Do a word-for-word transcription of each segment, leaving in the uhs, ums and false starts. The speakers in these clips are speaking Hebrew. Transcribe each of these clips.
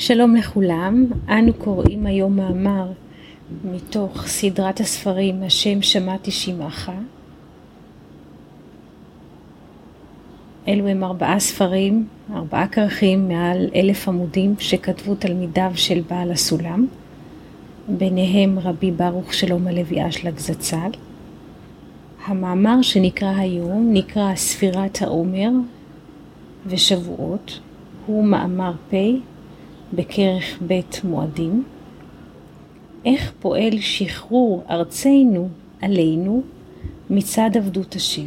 שלום לכולם, אנו קוראים היום מאמר מתוך סדרת הספרים השם שמעתי שמעך. אלו הם ארבעה ספרים, ארבעה כרכים מעל אלף עמודים שכתבו תלמידיו של בעל הסולם, ביניהם רבי ברוך שלום הלוי אשלג זצ"ל. המאמר שנקרא היום נקרא ספירת העומר ושבועות, הוא מאמר פ' בכרך ב' מועדים. איך פועל שחרור ארצנו עלינו מצד עבדות השם.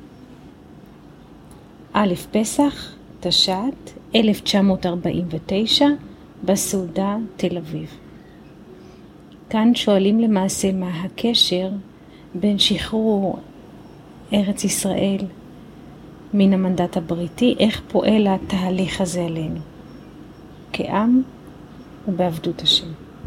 א' פסח תש"ט אלף תשע מאות ארבעים ותשע בסעודה תל אביב. כאן שואלים למעשה מה הקשר בין שחרור ארץ ישראל מן המנדט הבריטי, איך פועל התהליך הזה עלינו כעם ובעבדות השם.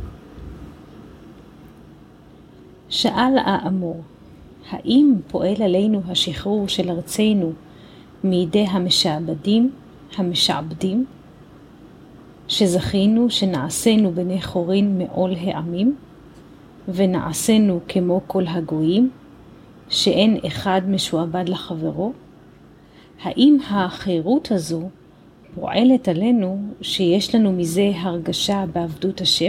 שאל האמור, האם פועל עלינו השחרור של ארצנו מידי המשעבדים, המשעבדים, שזכינו שנעשינו בני חורין מעול העמים, ונעשינו כמו כל הגויים, שאין אחד משועבד לחברו? האם החירות הזו פועלת עלינו שיש לנו מזה הרגשה בעבדות השם?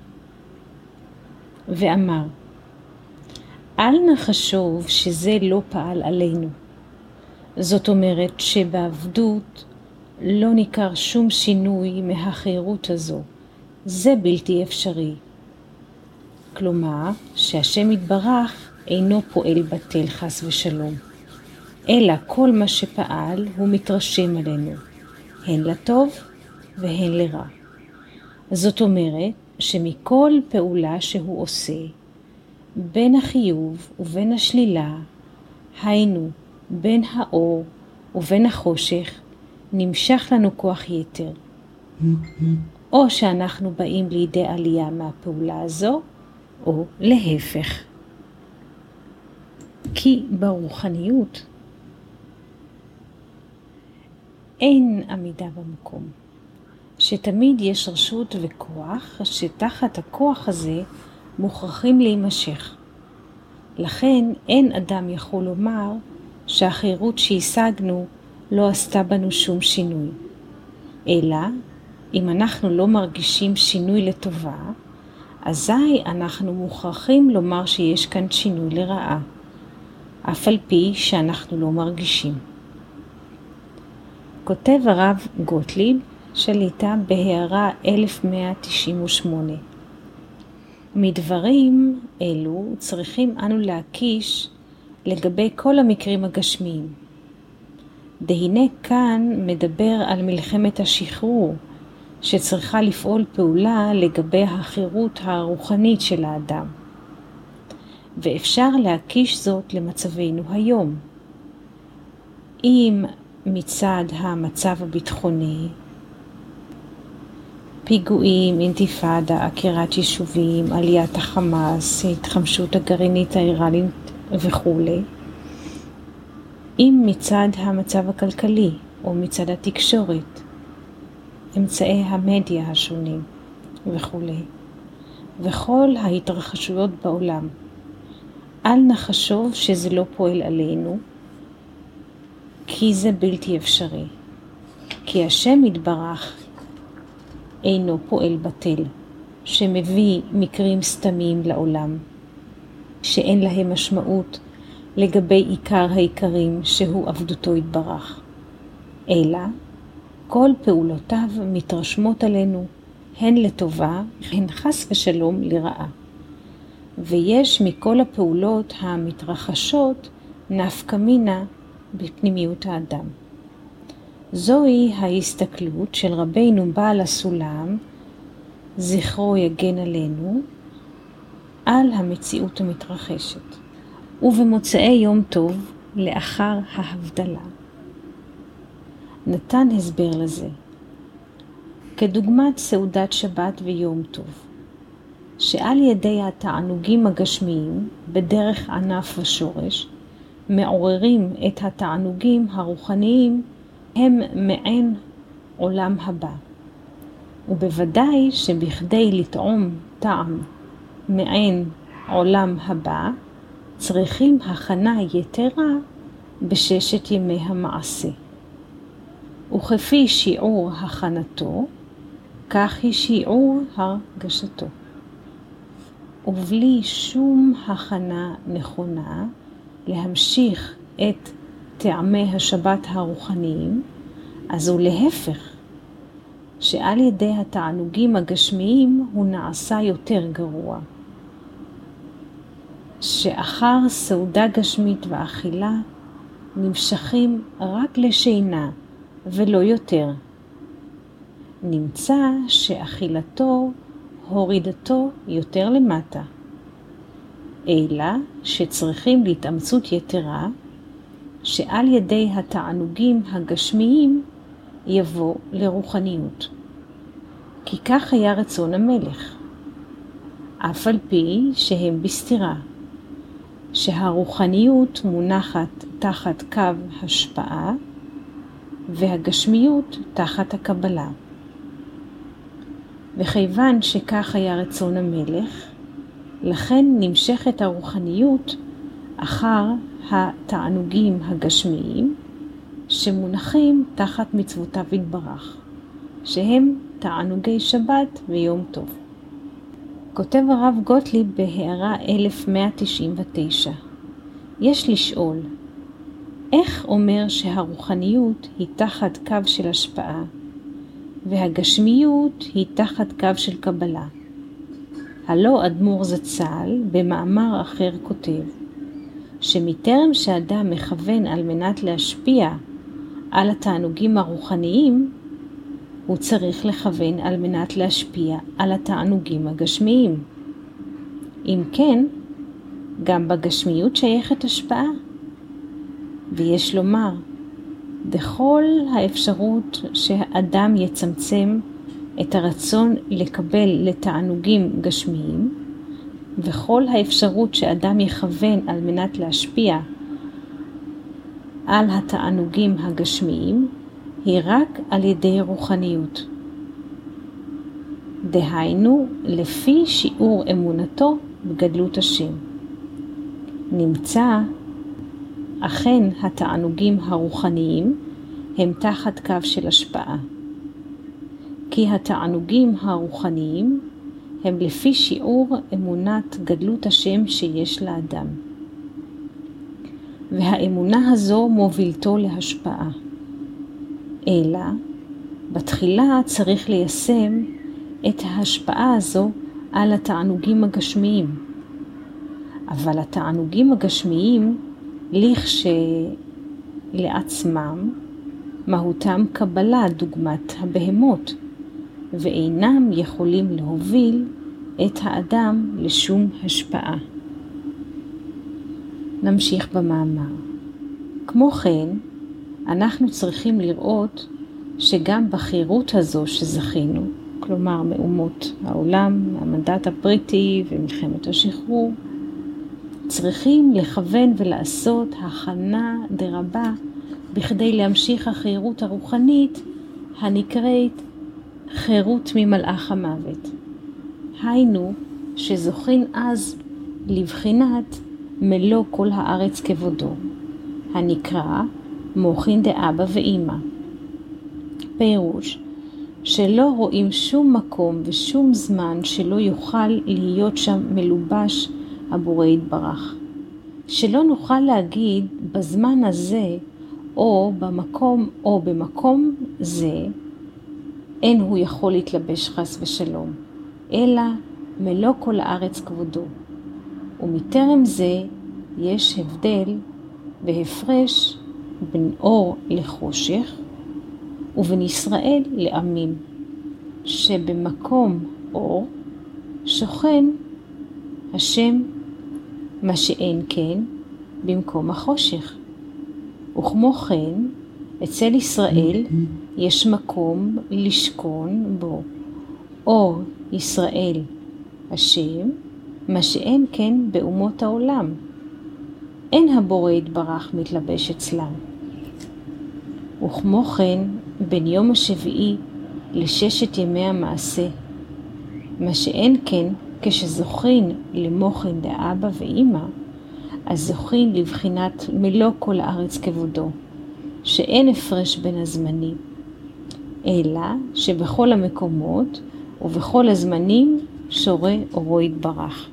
ואמר, אל נחשוב שזה לא פעל עלינו. זאת אומרת שבעבדות לא ניכר שום שינוי מהחירות הזו. זה בלתי אפשרי. כלומר, שהשם יתברך אינו פועל בטל חס ושלום, אלא כל מה שפעל הוא מתרשם עלינו, הן לטוב והן לרע. זאת אומרת שמכל פעולה שהוא עושה, בין החיוב ובין השלילה, היינו בין האור ובין החושך, נמשך לנו כוח יתר. או שאנחנו באים לידי עלייה מהפעולה הזו, או להפך. כי ברוחניות אין עמידה במקום, שתמיד יש רשות וכוח, שתחת הכוח הזה מוכרחים להימשך. לכן אין אדם יכול לומר שהחירות שהשגנו לא עשתה בנו שום שינוי. אלא אם אנחנו לא מרגישים שינוי לטובה, אזי אנחנו מוכרחים לומר שיש כאן שינוי לרעה, אף על פי שאנחנו לא מרגישים. כותב הרב גוטליב שליטה בהערה אלף מאה תשעים ושמונה. מדברים אלו צריכים אנו להקיש לגבי כל המקרים הגשמיים. דהנה כאן מדבר על מלחמת השחרור, שצריכה לפעול פעולה לגבי החירות הרוחנית של האדם. ואפשר להקיש זאת למצבנו היום. אם מצד המצב הביטחוני, פיגועים, אינתיפאדה, עקירת יישובים, עליית החמאס, התחמשות הגרעינית האיראנית וכו'. אם מצד המצב הכלכלי או מצד התקשורת, אמצעי המדיה השונים וכו'. וכל ההתרחשויות בעולם. אל נחשוב שזה לא פועל עלינו, כי זה בלתי אפשרי. כי השם יתברך אינו פועל בטל, שמביא מקרים סתמיים לעולם, שאין להם משמעות לגבי עיקר העיקרים שהוא עבדותו יתברך. אלא כל פעולותיו מתרשמות עלינו, הן לטובה, הן חס ושלום לרעה. ויש מכל הפעולות המתרחשות נפקא מינה בפנימיות האדם. זוהי ההסתכלות של רבינו בעל הסולם, זכרו יגן עלינו, על המציאות המתרחשת. ובמוצאי יום טוב לאחר ההבדלה. נתן הסבר לזה, כדוגמת סעודת שבת ויום טוב, שעל ידי התענוגים הגשמיים בדרך ענף ושורש, מעוררים את התענוגים הרוחניים הם מעין עולם הבא. ובוודאי שבכדי לטעום טעם מעין עולם הבא, צריכים הכנה יתרה בששת ימי המעשה. וכפי שיעור הכנתו, כך היא שיעור הרגשתו. ובלי שום הכנה נכונה להמשיך את טעמי השבת הרוחניים, אז הוא להפך, שעל ידי התענוגים הגשמיים הוא נעשה יותר גרוע. שאחר סעודה גשמית ואכילה נמשכים רק לשינה ולא יותר. נמצא שאכילתו הורידתו יותר למטה, אלא שצריכים להתאמצות יתרה, שעל ידי התענוגים הגשמיים יבוא לרוחניות. כי כך היה רצון המלך, אף על פי שהם בסתירה, שהרוחניות מונחת תחת קו השפעה, והגשמיות תחת הקבלה. וכיוון שכך היה רצון המלך, לכן נמשכת הרוחניות אחר התענוגים הגשמיים, שמונחים תחת מצוותיו יתברך, שהם תענוגי שבת ויום טוב. כותב הרב גוטליב בהערה אלף מאה תשעים ותשע, יש לשאול, איך אומר שהרוחניות היא תחת קו של השפעה, והגשמיות היא תחת קו של קבלה? הלא אדמו"ר זצ"ל במאמר אחר כותב, שמטרם שאדם מכוון על מנת להשפיע על התענוגים הרוחניים, הוא צריך לכוון על מנת להשפיע על התענוגים הגשמיים. אם כן, גם בגשמיות שייכת השפעה. ויש לומר, בכל האפשרות שהאדם יצמצם את הרצון לקבל לתענוגים גשמיים, וכל האפשרות שאדם יכוון על מנת להשפיע על התענוגים הגשמיים, היא רק על ידי רוחניות. דהיינו, לפי שיעור אמונתו בגדלות השם. נמצא, אכן התענוגים הרוחניים הם תחת קו של השפעה. כי התענוגים הרוחניים הם לפי שיעור אמונת גדלות השם שיש לאדם. והאמונה הזו מובילתו להשפעה. אלא, בתחילה צריך ליישם את ההשפעה הזו על התענוגים הגשמיים. אבל התענוגים הגשמיים, לכשלעצמם, מהותם קבלה דוגמת הבהמות, ואינם יכולים להוביל את האדם לשום השפעה. נמשיך במאמר. כמו כן, אנחנו צריכים לראות שגם בחירות הזו שזכינו, כלומר מאומות העולם, המנדט הבריטי ומלחמת השחרור, צריכים לכוון ולעשות הכנה דרבה בכדי להמשיך החירות הרוחנית הנקראת חירות ממלאך המוות. היינו שזוכין אז לבחינת מלוא כל הארץ כבודו, הנקרא מוחין דאבא ואמא. פירוש שלא רואים שום מקום ושום זמן שלא יוכל להיות שם מלובש הבורא יתברך. שלא נוכל להגיד בזמן הזה או במקום או במקום זה אין הוא יכול להתלבש חס ושלום, אלא מלוא כל הארץ כבודו. ומטרם זה יש הבדל בהפרש בין אור לחושך ובין ישראל לעמים, שבמקום אור שוכן השם, מה שאין כן במקום החושך. וכמו כן אצל ישראל יש מקום לשכון בו אור ישראל השם, מה שאין כן באומות העולם. אין הבורא יתברך מתלבש אצלם. וכמו כן בין יום השביעי לששת ימי המעשה, מה שאין כן כשזוכין למוחין דאבא ואמא, אז זוכין לבחינת מלוא כל הארץ כבודו, שאין הפרש בין הזמנים, אלא שבכל המקומות ובכל הזמנים שורה אורו יתברך.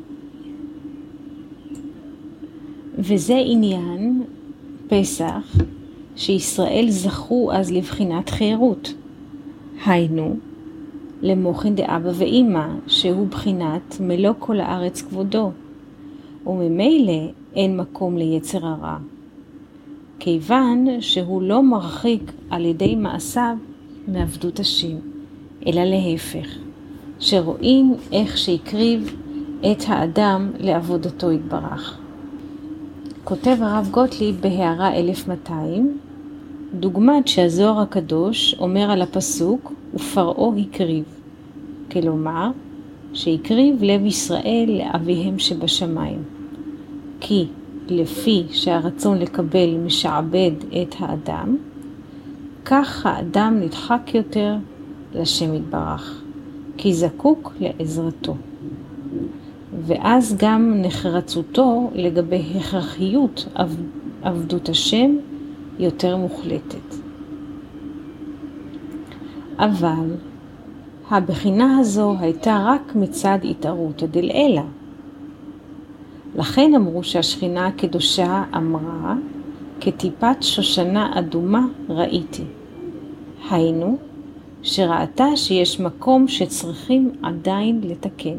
וזה עניין פסח שישראל זכו אז לבחינת חירות, היינו למוחין דאבא ואמא, שהוא בחינת מלוא כל הארץ כבודו, וממילא אין מקום ליצר הרע, כיוון שהוא לא מרחיק על ידי מעשיו מעבדות השם, אלא להפך, שרואים איך שהקריב את האדם לעבודתו יתברך. כותב הרב גוטליב בהערה אלף מאתיים, דוגמת שהזוהר הקדוש אומר על הפסוק ופרעה הקריב, כלומר שהקריב לב ישראל לאביהם שבשמיים, כי לפי שהרצון לקבל משעבד את האדם, כך האדם נדחק יותר לשם יתברך, כי זקוק לעזרתו. ואז גם נחרצותו לגבי הכרחיות עבדות השם יותר מוחלטת. אבל הבחינה הזו הייתה רק מצד התערותא דלעילא. לכן אמרו שהשכינה הקדושה אמרה, כטיפת שושנה אדומה ראיתי. היינו, שראתה שיש מקום שצריכים עדיין לתקן.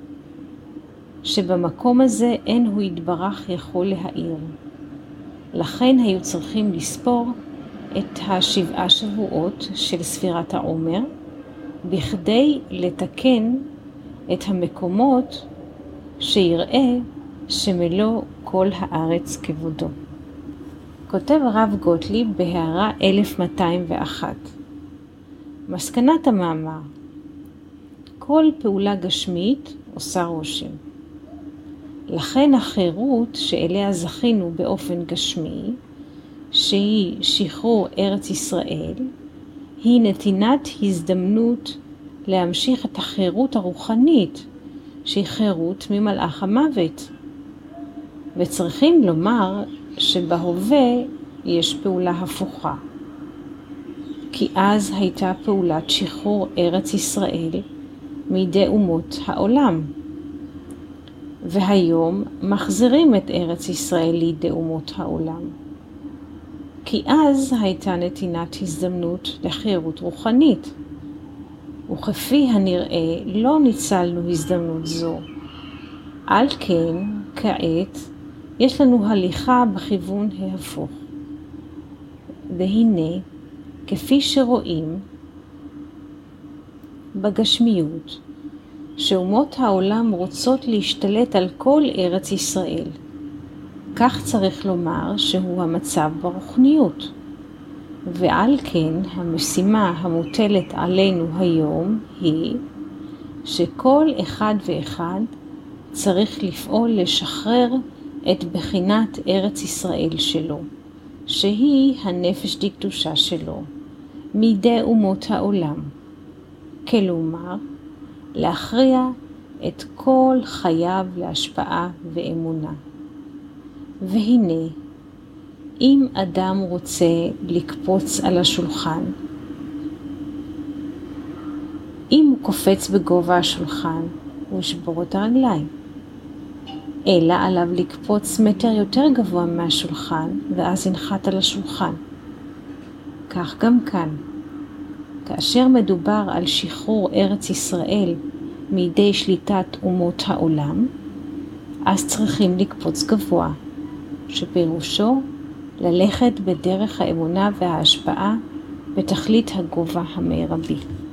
שבמקום הזה אין הוא יתברך יכול להאיר. לכן היו צריכים לספור את השבעה שבועות של ספירת העומר, בכדי לתקן את המקומות שיראה שמלוא כל הארץ כבודו. כותב הרב גוטליב בהערה אלף מאתיים ואחת. מסקנת המאמר, כל פעולה גשמית עושה רושם. לכן החירות שאליה זכינו באופן גשמי, שהיא שחרור ארץ ישראל, היא נתינת הזדמנות להמשיך את החירות הרוחנית, שהיא חירות ממלאך המוות. וצריכים לומר שבהווה יש פעולה הפוכה. כי אז הייתה פעולת שחרור ארץ ישראל מידי אומות העולם. והיום מחזירים את ארץ ישראל לידי אומות העולם. כי אז הייתה נתינת הזדמנות לחירות רוחנית. וכפי הנראה לא ניצלנו הזדמנות זו. על כן, כעת, יש לנו הליכה בכיוון ההפוך. והנה, כפי שרואים בגשמיות, שאומות העולם רוצות להשתלט על כל ארץ ישראל. כך צריך לומר שהוא המצב ברוחניות. ועל כן המשימה המוטלת עלינו היום היא שכל אחד ואחד צריך לפעול לשחרר את בחינת ארץ ישראל שלו, שהיא הנפש דקדושה שלו, מידי אומות העולם. כלומר, להכריע את כל חייו להשפעה ואמונה. והנה, אם אדם רוצה לקפוץ על השולחן, אם הוא קופץ בגובה השולחן, הוא ישבור את הרגליים. אלא עליו לקפוץ מטר יותר גבוה מהשולחן, ואז ינחת על השולחן. כך גם כאן. כאשר מדובר על שחרור ארץ ישראל מידי שליטת אומות העולם, אז צריכים לקפוץ גבוה, שפירושו ללכת בדרך האמונה וההשפעה בתכלית הגובה המרבי.